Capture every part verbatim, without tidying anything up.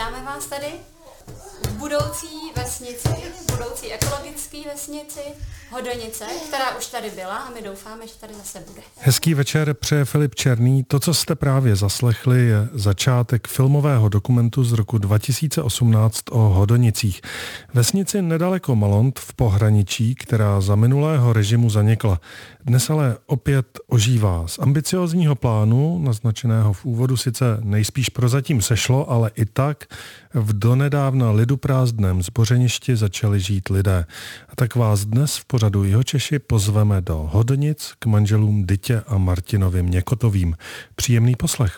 Vítáme vás tady v budoucí vesnici, budoucí ekologické vesnici Hodonice, která už tady byla a my doufáme, že tady zase bude. Hezký večer přeje Filip Černý. To, co jste právě zaslechli, je začátek filmového dokumentu z roku dva tisíce osmnáct o Hodonicích. Vesnici nedaleko Malont v pohraničí, která za minulého režimu zanikla. Dnes ale opět ožívá. Z ambiciózního plánu, naznačeného v úvodu, sice nejspíš prozatím sešlo, ale i tak v donedávna liduprázdném zbořeništi začali žít lidé. A tak vás dnes v pořadu Jihočeši pozveme do Hodonic k manželům Dytě a Martinovi Měkotovým. Příjemný poslech.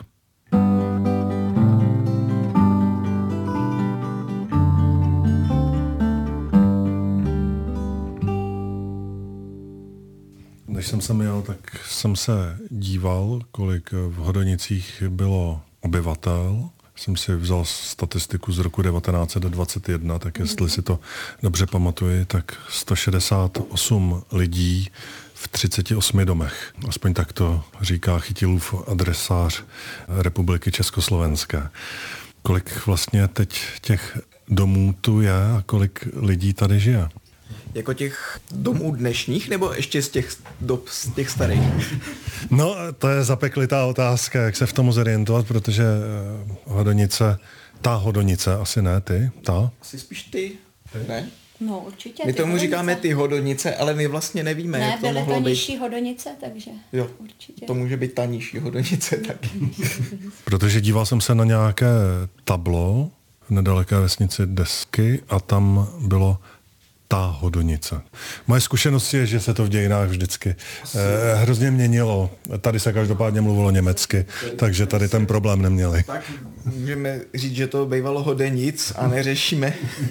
Když jsem sem jel, tak jsem se díval, kolik v Hodonicích bylo obyvatel. Jsem si vzal statistiku z roku devatenáct set dvacet jedna, tak jestli si to dobře pamatuji, tak sto šedesát osm lidí v třiceti osmi domech. Aspoň tak to říká Chytilův adresář Republiky Československé. Kolik vlastně teď těch domů tu je a kolik lidí tady žije? Jako těch domů dnešních, nebo ještě z těch dob, z těch starých? No, to je zapeklitá otázka, jak se v tom zorientovat, protože Hodonice, ta Hodonice, asi ne ty, ta? Asi spíš ty, ty? Ne? No, určitě. My tomu Hodonice říkáme ty Hodonice, ale my vlastně nevíme, ne, jak to mohlo být. Ne, byly to nižší Hodonice, takže jo, určitě. To může být ta nižší Hodonice taky. Protože díval jsem se na nějaké tablo v nedaleké vesnici Desky a tam bylo ta Hodonice. Moje zkušenost je, že se to v dějinách vždycky eh, hrozně měnilo. Tady se každopádně mluvilo německy, takže tady ten problém neměli. Tak můžeme říct, že to bývalo Hodenic a neřešíme,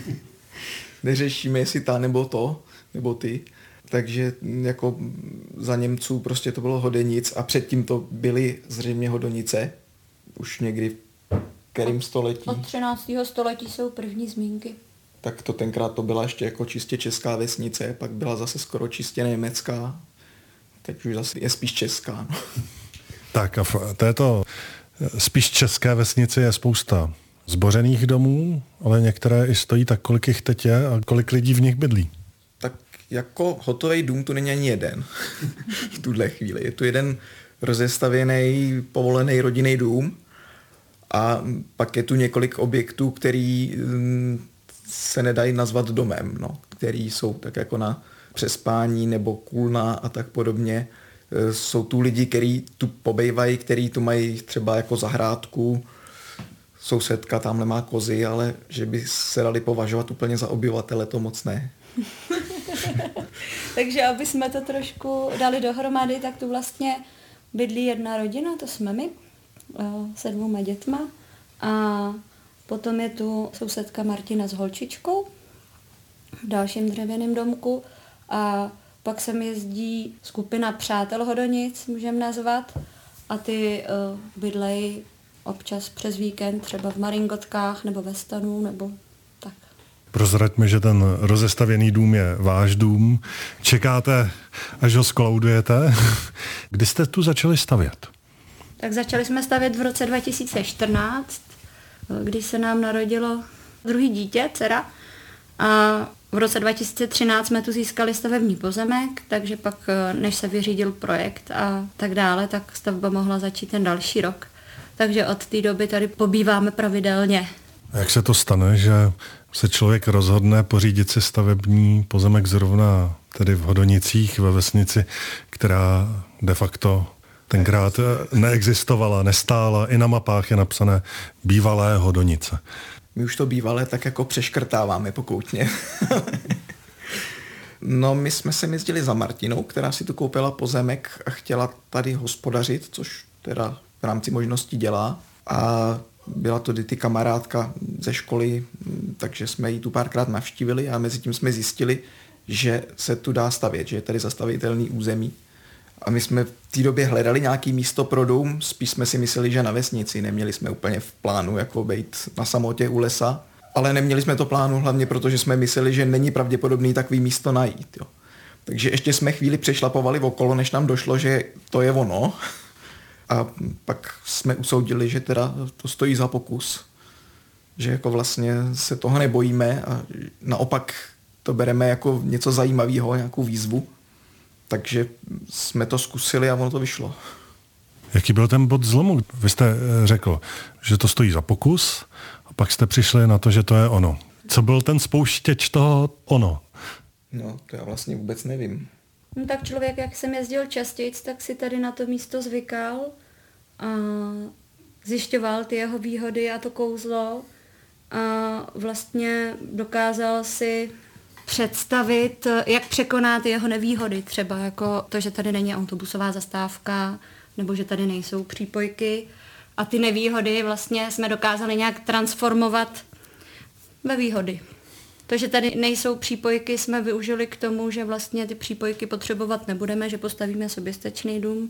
neřešíme, jestli ta nebo to, nebo ty. Takže jako za Němců prostě to bylo Hodenic a předtím to byly zřejmě Hodonice. Už někdy v kterém století. Od třináctého století jsou první zmínky. Tak to tenkrát to byla ještě jako čistě česká vesnice, pak byla zase skoro čistě německá, teď už zase je spíš česká. No. Tak a v této spíš české vesnici je spousta zbořených domů, ale některé i stojí, tak kolik jich teď je a kolik lidí v nich bydlí? Tak jako hotový dům tu není ani jeden v tuhle chvíli. Je tu jeden rozestavěný, povolený rodinný dům a pak je tu několik objektů, který se nedají nazvat domem, no, který jsou tak jako na přespání nebo kůlna a tak podobně. Jsou tu lidi, kteří tu pobejvají, kteří tu mají třeba jako zahrádku, sousedka tamhle má kozy, ale že by se dali považovat úplně za obyvatele, to moc ne. Takže aby jsme to trošku dali dohromady, tak tu vlastně bydlí jedna rodina, to jsme my, se dvouma dětma a potom je tu sousedka Martina s holčičkou v dalším dřevěném domku a pak sem jezdí skupina přátel Hodonic, můžeme nazvat, a ty uh, bydlejí občas přes víkend třeba v Maringotkách nebo ve Stanu nebo tak. Prozraďme, že ten rozestavěný dům je váš dům. Čekáte, až ho skloudujete. Kdy jste tu začali stavět? Tak začali jsme stavět v roce dva tisíce čtrnáct, když se nám narodilo druhý dítě, dcera. A v roce dva tisíce třináct jsme tu získali stavební pozemek, takže pak, než se vyřídil projekt a tak dále, tak stavba mohla začít ten další rok. Takže od té doby tady pobýváme pravidelně. A jak se to stane, že se člověk rozhodne pořídit si stavební pozemek zrovna tedy v Hodonicích, ve vesnici, která de facto tenkrát neexistovala, nestála, i na mapách je napsané bývalé Hodonice. My už to bývalé tak jako přeškrtáváme pokoutně. No, my jsme se jezdili za Martinou, která si tu koupila pozemek a chtěla tady hospodařit, což teda v rámci možností dělá. A byla to Dyty kamarádka ze školy, takže jsme ji tu párkrát navštívili a mezi tím jsme zjistili, že se tu dá stavět, že je tady zastavitelný území. A my jsme v té době hledali nějaký místo pro dům, spíš jsme si mysleli, že na vesnici, neměli jsme úplně v plánu jako být na samotě u lesa, ale neměli jsme to plánu hlavně protože jsme mysleli, že není pravděpodobný takový místo najít. Jo. Takže ještě jsme chvíli přešlapovali okolo, než nám došlo, že to je ono. A pak jsme usoudili, že teda to stojí za pokus. že jako vlastně se toho nebojíme a naopak to bereme jako něco zajímavého, nějakou výzvu. Takže jsme to zkusili a ono to vyšlo. Jaký byl ten bod zlomu? Vy jste řekl, že to stojí za pokus a pak jste přišli na to, že to je ono. Co byl ten spouštěč toho ono? No, to já vlastně vůbec nevím. No tak člověk, jak jsem jezdil častěji, tak si tady na to místo zvykal a zjišťoval ty jeho výhody a to kouzlo a vlastně dokázal si představit, jak překonat ty jeho nevýhody, třeba jako to, že tady není autobusová zastávka, nebo že tady nejsou přípojky a ty nevýhody vlastně jsme dokázali nějak transformovat ve výhody. To, že tady nejsou přípojky, jsme využili k tomu, že vlastně ty přípojky potřebovat nebudeme, že postavíme soběstačný dům.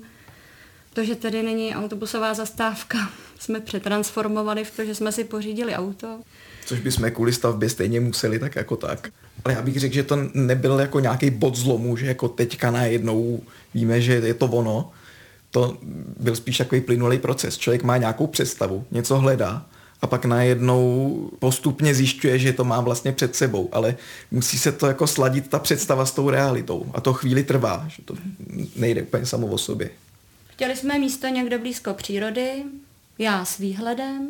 To, že tady není autobusová zastávka, jsme přetransformovali v to, že jsme si pořídili auto. Což bychom kvůli stavbě stejně museli, tak jako tak. Ale já bych řekl, že to nebyl jako nějaký bod zlomu, že jako teďka najednou víme, že je to ono. To byl spíš takový plynulý proces. Člověk má nějakou představu, něco hledá a pak najednou postupně zjišťuje, že to má vlastně před sebou, ale musí se to jako sladit ta představa s tou realitou a to chvíli trvá, že to nejde úplně samo o sobě. Chtěli jsme místo někde blízko přírody, já s výhledem,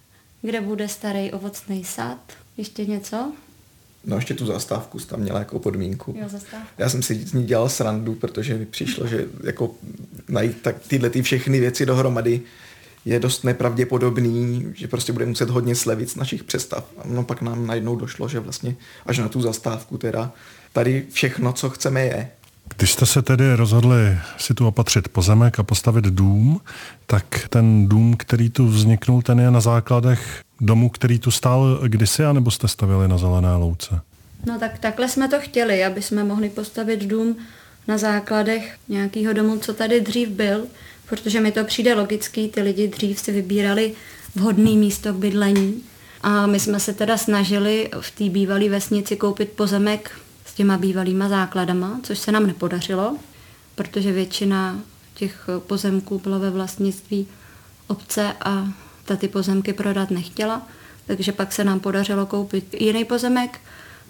kde bude starý ovocný sad, ještě něco? No ještě tu zastávku tam měla jako podmínku. Jo, zastávku. Já jsem si z ní dělal srandu, protože mi přišlo, že jako najít tak tyhle ty všechny věci dohromady je dost nepravděpodobný, že prostě bude muset hodně slevit z našich představ. No pak nám najednou došlo, že vlastně až na tu zastávku teda tady všechno, co chceme je. Když jste se tedy rozhodli si tu opatřit pozemek a postavit dům, tak ten dům, který tu vzniknul, ten je na základech domu, který tu stál kdysi, anebo jste stavili na zelené louce? No tak takhle jsme to chtěli, aby jsme mohli postavit dům na základech nějakého domu, co tady dřív byl, protože mi to přijde logický, ty lidi dřív si vybírali vhodné místo k bydlení a my jsme se teda snažili v té bývalé vesnici koupit pozemek s těma bývalýma základama, což se nám nepodařilo, protože většina těch pozemků bylo ve vlastnictví obce a ta ty pozemky prodat nechtěla, takže pak se nám podařilo koupit jiný pozemek,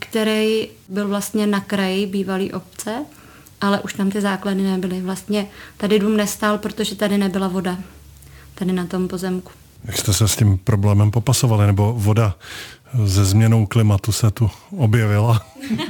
který byl vlastně na kraji bývalý obce, ale už tam ty základy nebyly. Vlastně tady dům nestál, protože tady nebyla voda, tady na tom pozemku. Jak jste se s tím problémem popasovali, nebo voda se změnou klimatu se tu objevila?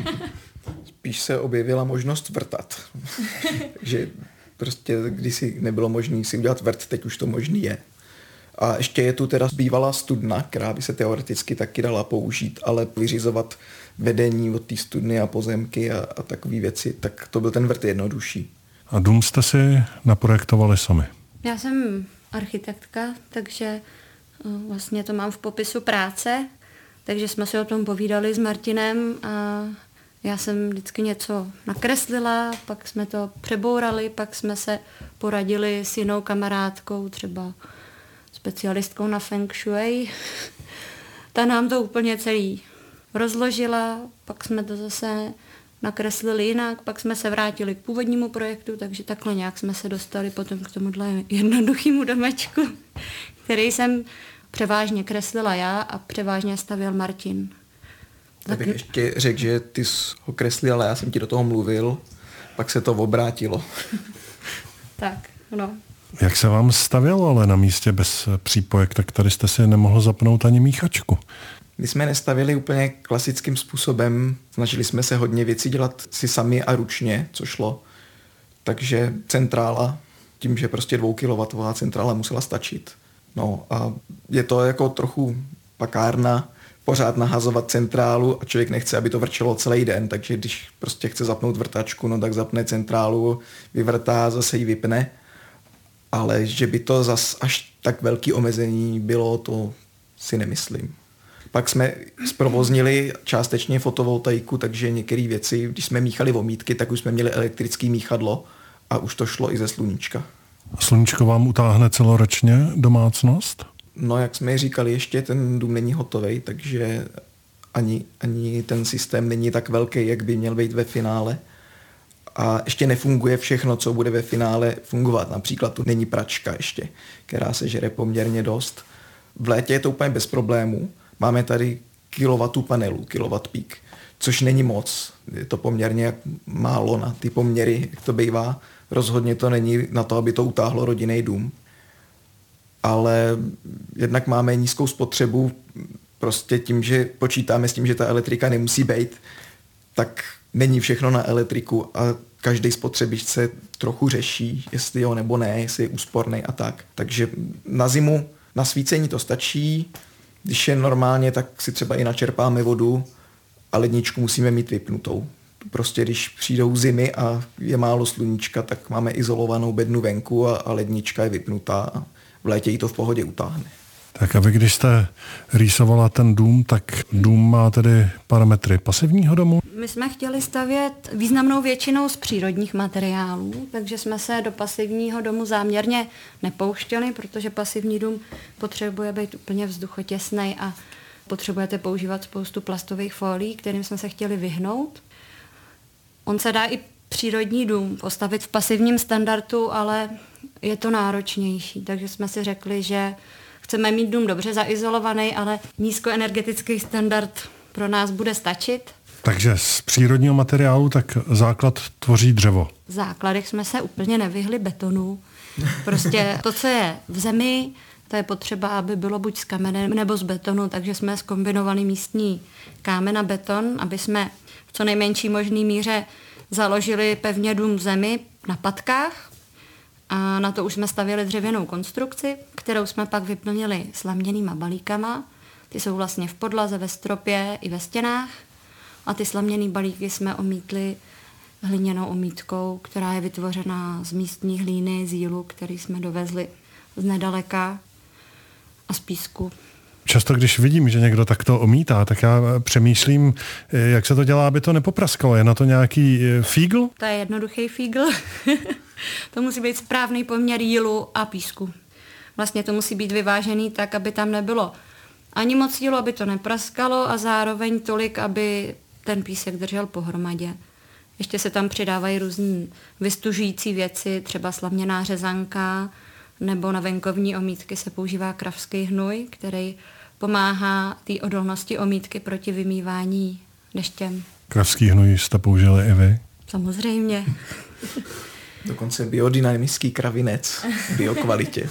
Spíš se objevila možnost vrtat. Takže prostě kdysi nebylo možné si udělat vrt, teď už to možný je. A ještě je tu teda bývalá studna, která by se teoreticky taky dala použít, ale vyřizovat vedení od té studny a pozemky a, a takové věci, tak to byl ten vrt jednodušší. A dům jste si naprojektovali sami? Já jsem architektka, takže vlastně to mám v popisu práce, takže jsme si o tom povídali s Martinem a já jsem vždycky něco nakreslila, pak jsme to přebourali, pak jsme se poradili s jinou kamarádkou, třeba specialistkou na feng shui. Ta nám to úplně celý rozložila, pak jsme to zase nakreslili jinak, pak jsme se vrátili k původnímu projektu, takže takhle nějak jsme se dostali potom k tomuhle jednoduchému domečku, který jsem převážně kreslila já a převážně stavěl Martin. Já bych ještě řekl, že ty jsi ho kreslil, ale já jsem ti do toho mluvil, pak se to obrátilo. Tak, no. Jak se vám stavělo ale na místě bez přípojek, tak tady jste si nemohl zapnout ani míchačku? My jsme nestavili úplně klasickým způsobem, snažili jsme se hodně věcí dělat si sami a ručně, co šlo. Takže centrála, tím, že prostě dvoukilowatová centrála musela stačit. No a je to jako trochu pakárna, pořád nahazovat centrálu a člověk nechce, aby to vrčelo celý den, takže když prostě chce zapnout vrtačku, no tak zapne centrálu, vyvrtá, zase ji vypne. Ale že by to zas až tak velký omezení bylo, to si nemyslím. Pak jsme zprovoznili částečně fotovoltaiku, takže některé věci, když jsme míchali omítky, tak už jsme měli elektrické míchadlo a už to šlo i ze sluníčka. A sluníčko vám utáhne celoročně domácnost? No, jak jsme říkali, ještě ten dům není hotovej, takže ani, ani ten systém není tak velký, jak by měl být ve finále. A ještě nefunguje všechno, co bude ve finále fungovat. Například tu není pračka ještě, která se žere poměrně dost. V létě je to úplně bez problémů. máme tady kilowatů panelů, kilowatt peak, což není moc. Je to poměrně málo na ty poměry, jak to bývá. Rozhodně to není na to, aby to utáhlo rodinný dům. Ale jednak máme nízkou spotřebu, prostě tím, že počítáme s tím, že ta elektrika nemusí být, tak není všechno na elektriku a každý spotřebič se trochu řeší, jestli jo nebo ne, jestli je úsporný a tak. Takže na zimu na svícení to stačí, když je normálně, tak si třeba i načerpáme vodu a ledničku musíme mít vypnutou. Prostě když přijdou zimy a je málo sluníčka, tak máme izolovanou bednu venku a, a lednička je vypnutá a v létě jí to v pohodě utáhne. Tak a vy, když jste rýsovala ten dům, tak dům má tedy parametry pasivního domu? My jsme chtěli stavět významnou většinou z přírodních materiálů, takže jsme se do pasivního domu záměrně nepouštěli, protože pasivní dům potřebuje být úplně vzduchotěsnej a potřebujete používat spoustu plastových folií, kterým jsme se chtěli vyhnout. On se dá i přírodní dům postavit v pasivním standardu, ale je to náročnější, takže jsme si řekli, že chceme mít dům dobře zaizolovaný, ale nízkoenergetický standard pro nás bude stačit. Takže z přírodního materiálu tak základ tvoří dřevo. V základech jsme se úplně nevyhli betonu. Prostě to, co je v zemi, to je potřeba, aby bylo buď z kamene nebo z betonu, takže jsme zkombinovali místní kámen a beton, aby jsme v co nejmenší možný míře založili pevně dům v zemi na patkách. A na to už jsme stavěli dřevěnou konstrukci, kterou jsme pak vyplnili slaměnýma balíkama. Ty jsou vlastně v podlaze, ve stropě i ve stěnách. A ty slaměný balíky jsme omítli hliněnou omítkou, která je vytvořena z místní hlíny, z jílu, který jsme dovezli z nedaleka a z písku. Často, když vidím, že někdo takto omítá, tak já přemýšlím, jak se to dělá, aby to nepopraskalo. Je na to nějaký fígl? To je jednoduchý fígl. To musí být správný poměr jílu a písku. Vlastně to musí být vyvážený tak, aby tam nebylo ani moc jílu, aby to nepraskalo a zároveň tolik, aby ten písek držel pohromadě. Ještě se tam přidávají různý vystužující věci, třeba slaměná řezanka, nebo na venkovní omítky se používá kravský hnůj, který pomáhá té odolnosti omítky proti vymývání deštěm. Kravský hnůj jste použili i vy? Samozřejmě. Dokonce biodynamický kravinec v biokvalitě.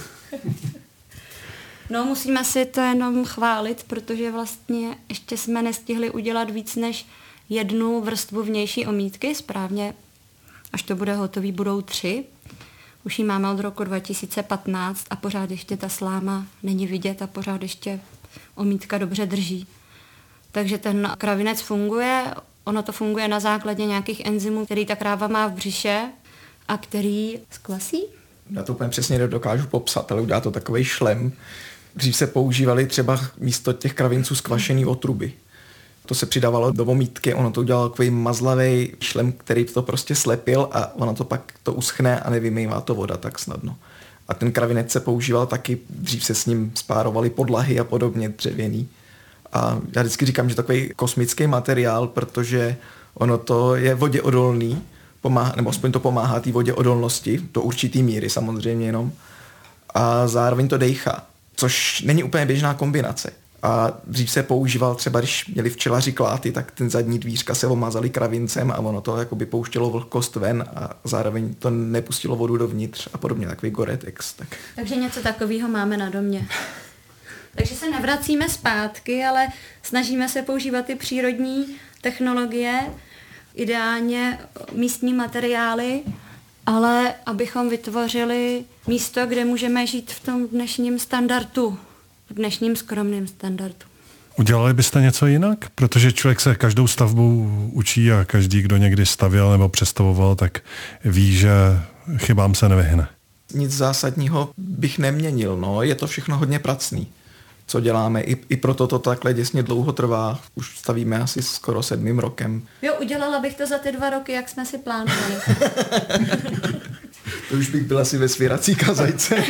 No, musíme si to jenom chválit, protože vlastně ještě jsme nestihli udělat víc než jednu vrstvu vnější omítky. Správně, až to bude hotový, budou tři. Už ji máme od roku dva tisíce patnáct a pořád ještě ta sláma není vidět a pořád ještě omítka dobře drží. Takže ten kravinec funguje, ono to funguje na základě nějakých enzymů, který ta kráva má v břiše a který skvasí. Já to úplně přesně nedokážu popsat, ale udělá to takovej šlem. Dřív se používali třeba místo těch kravinců skvašený otruby. To se přidávalo do omítky, ono to udělalo takový mazlavý šlem, který to prostě slepil a ono to pak to uschne a nevymývá to voda tak snadno. A ten kravinec se používal taky, dřív se s ním spárovaly podlahy a podobně dřevěný. A já vždycky říkám, že takový kosmický materiál, protože ono to je vodě odolný, pomáhá, nebo aspoň to pomáhá té vodě odolnosti, do určitý míry samozřejmě jenom. A zároveň to dejchá, což není úplně běžná kombinace. A dřív se používal třeba, když měli včelaři kláty, tak ten zadní dvířka se omazali kravincem a ono to jakoby pouštělo vlhkost ven a zároveň to nepustilo vodu dovnitř a podobně, takový Gore-Tex. Tak. Takže něco takového máme na domě. Takže se nevracíme zpátky, ale snažíme se používat ty přírodní technologie, ideálně místní materiály, ale abychom vytvořili místo, kde můžeme žít v tom dnešním standardu, v dnešním skromném standardu. Udělali byste něco jinak? Protože člověk se každou stavbou učí a každý, kdo někdy stavěl nebo přestavoval, tak ví, že chybám se nevyhne. Nic zásadního bych neměnil, no, je to všechno hodně pracný, co děláme. I, i proto to takhle děsně dlouho trvá. Už stavíme asi skoro sedmým rokem. Jo, udělala bych to za ty dva roky, jak jsme si plánovali. To už bych byla asi ve svěrací kazajce.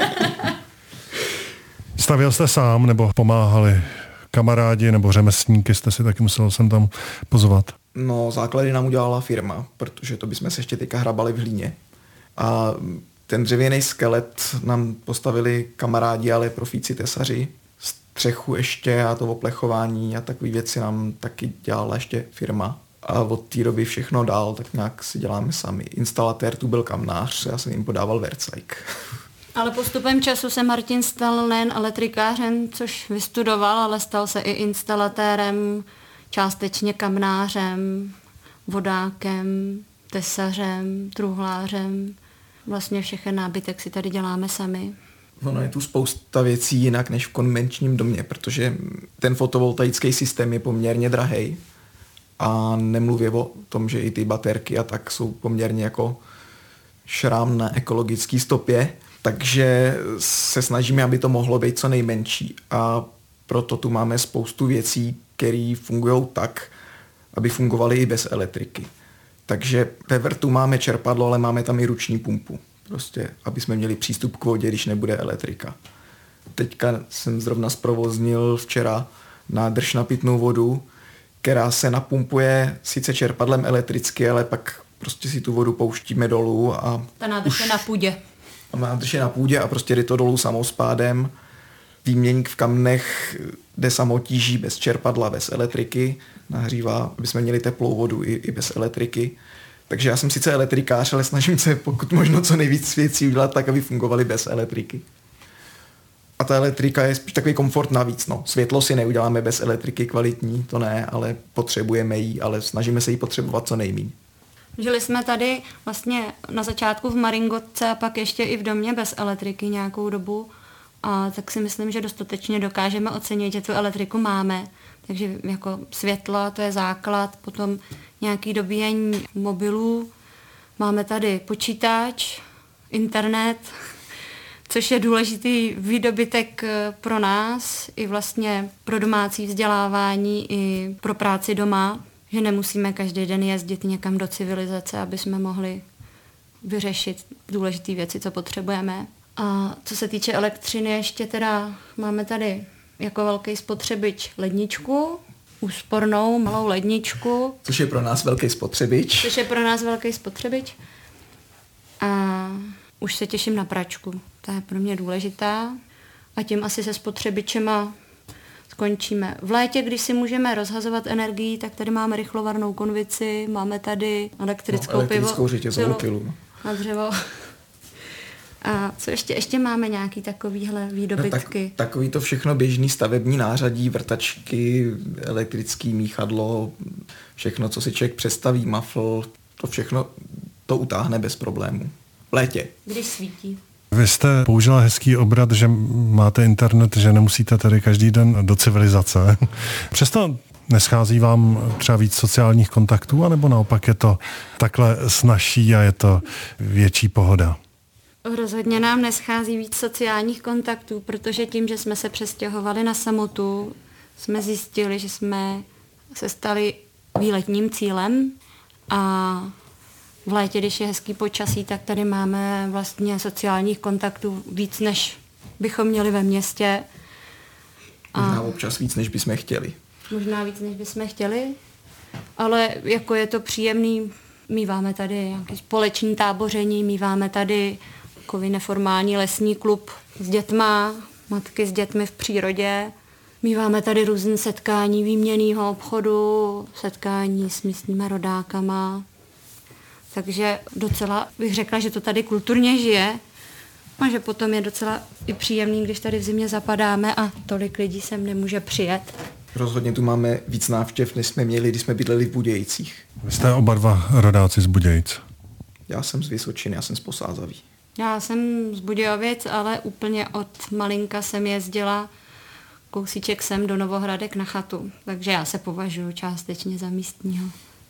Stavěl jste sám nebo pomáhali kamarádi nebo řemeslníky, jste si taky musel sem tam pozvat? No, základy nám udělala firma, protože to bychom se ještě teďka hrabali v hlíně. A ten dřevěný skelet nám postavili kamarádi, ale profíci tesaři střechu ještě a to oplechování a takové věci nám taky dělala ještě firma. A od té doby všechno dál, tak nějak si děláme sami. Instalatér tu byl kamnář, já jsem jim podával vercajk. Ale postupem času se Martin stal nejen elektrikářem, což vystudoval, ale stal se i instalatérem, částečně kamnářem, vodákem, tesařem, truhlářem. Vlastně všechny nábytek si tady děláme sami. Ono je tu spousta věcí jinak než v konvenčním domě, protože ten fotovoltaický systém je poměrně drahej a nemluvě o tom, že i ty baterky a tak jsou poměrně jako šrám na ekologické stopě, takže se snažíme, aby to mohlo být co nejmenší a proto tu máme spoustu věcí, které fungují tak, aby fungovaly i bez elektriky. Takže ve vrtu máme čerpadlo, ale máme tam i ruční pumpu. Prostě, aby jsme měli přístup k vodě, když nebude elektrika. Teďka jsem zrovna zprovoznil včera nádrž na pitnou vodu, která se napumpuje sice čerpadlem elektricky, ale pak prostě si tu vodu pouštíme dolů a... Ta nádrž je na půdě. A nádrž je na půdě a prostě jde to dolů samospádem. Výměník v kamnech jde samotíží bez čerpadla, bez elektriky, nahřívá, aby jsme měli teplou vodu i, i bez elektriky. Takže já jsem sice elektrikář, ale snažím se pokud možno co nejvíc věcí udělat tak, aby fungovaly bez elektriky. A ta elektrika je spíš takový komfort navíc. No. Světlo si neuděláme bez elektriky kvalitní, to ne, ale potřebujeme ji, ale snažíme se ji potřebovat co nejméně. Žili jsme tady vlastně na začátku v Maringotce a pak ještě i v domě bez elektriky nějakou dobu. A tak si myslím, že dostatečně dokážeme ocenit, že tu elektriku máme. Takže jako světlo, to je základ, potom nějaký dobíjení mobilů. Máme tady počítač, internet, což je důležitý výdobytek pro nás, i vlastně pro domácí vzdělávání, i pro práci doma, že nemusíme každý den jezdit někam do civilizace, aby jsme mohli vyřešit důležité věci, co potřebujeme. A co se týče elektřiny, ještě teda máme tady jako velký spotřebič ledničku, úspornou malou ledničku. Což je pro nás velký spotřebič. Což je pro nás velký spotřebič. A už se těším na pračku. Ta je pro mě důležitá. A tím asi se spotřebičema skončíme. V létě, když si můžeme rozhazovat energii, tak tady máme rychlovarnou konvici, máme tady elektrickou, no, elektrickou řetězovou pilu na dřevo. A co ještě? Ještě máme nějaký takovýhle výdobytky? No, tak, takový to všechno běžný stavební nářadí, vrtačky, elektrický míchadlo, všechno, co si člověk představí, mafl, to všechno to utáhne bez problémů. V létě. Když svítí. Vy jste použila hezký obrat, že máte internet, že nemusíte tady každý den do civilizace. Přesto neschází vám třeba víc sociálních kontaktů, anebo naopak je to takhle snazší a je to větší pohoda? Rozhodně nám neschází víc sociálních kontaktů, protože tím, že jsme se přestěhovali na samotu, jsme zjistili, že jsme se stali výletním cílem a v létě, když je hezký počasí, tak tady máme vlastně sociálních kontaktů víc, než bychom měli ve městě. A možná občas víc, než bychom chtěli. Možná víc, než bychom chtěli, ale jako je to příjemný, míváme tady nějaké společné táboření, míváme tady takový neformální lesní klub s dětma, matky s dětmi v přírodě. Míváme tady různé setkání výměnného obchodu, setkání s místníma rodákama. Takže docela bych řekla, že to tady kulturně žije a že potom je docela i příjemný, když tady v zimě zapadáme a tolik lidí sem nemůže přijet. Rozhodně tu máme víc návštěv, než jsme měli, když jsme bydleli v Budějcích. Vy jste oba dva rodáci z Budějic. Já jsem z Vysočiny, já jsem z Posázaví. Já jsem z Budějovic, ale úplně od malinka jsem jezdila kousíček sem do Novohradek na chatu, takže já se považuji částečně za místního.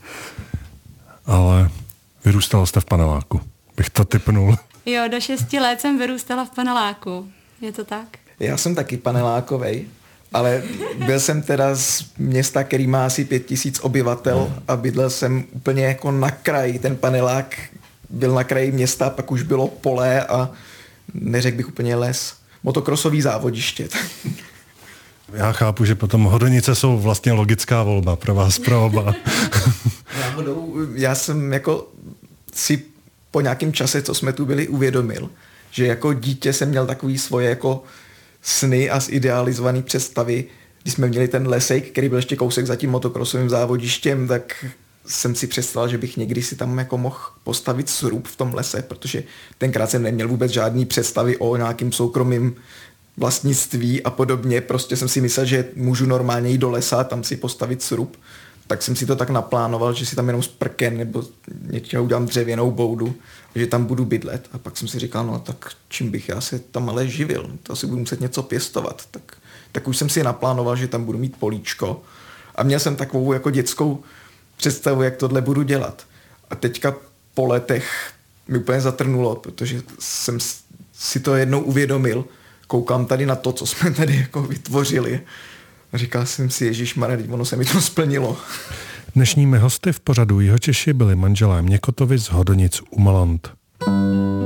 Ale vyrůstala jste v paneláku, bych to tipnul. Jo, do šesti let jsem vyrůstala v paneláku, je to tak? Já jsem taky panelákovej, ale byl jsem teda z města, který má asi pět tisíc obyvatel a bydlel jsem úplně jako na kraji, ten panelák byl na kraji města, pak už bylo pole a neřekl bych úplně les. Motokrosový závodiště. Já chápu, že potom Hodonice jsou vlastně logická volba pro vás, pro oba. Náhodou, já jsem jako si po nějakém čase, co jsme tu byli, uvědomil, že jako dítě jsem měl takový svoje jako sny a zidealizované představy. Když jsme měli ten lesejk, který byl ještě kousek za tím motokrosovým závodištěm, tak jsem si představil, že bych někdy si tam jako mohl postavit srub v tom lese, protože tenkrát jsem neměl vůbec žádný představy o nějakým soukromým vlastnictví a podobně. Prostě jsem si myslel, že můžu normálně jít do lesa a tam si postavit srub. Tak jsem si to tak naplánoval, že si tam jenom sprken nebo něčeho udělám dřevěnou boudu, že tam budu bydlet. A pak jsem si říkal, no tak čím bych já se tam ale živil? To asi budu muset něco pěstovat. Tak, tak už jsem si naplánoval, že tam budu mít políčko. A měl jsem takovou jako dětskou představu, jak tohle budu dělat. A teďka po letech mi úplně zatrnulo, protože jsem si to jednou uvědomil. Koukám tady na to, co jsme tady jako vytvořili. A říkal jsem si, ježišmarja, ono se mi to splnilo. Dnešními hosty v pořadu Jihočeši byli manželé Měkotovi z Hodonic u Malont.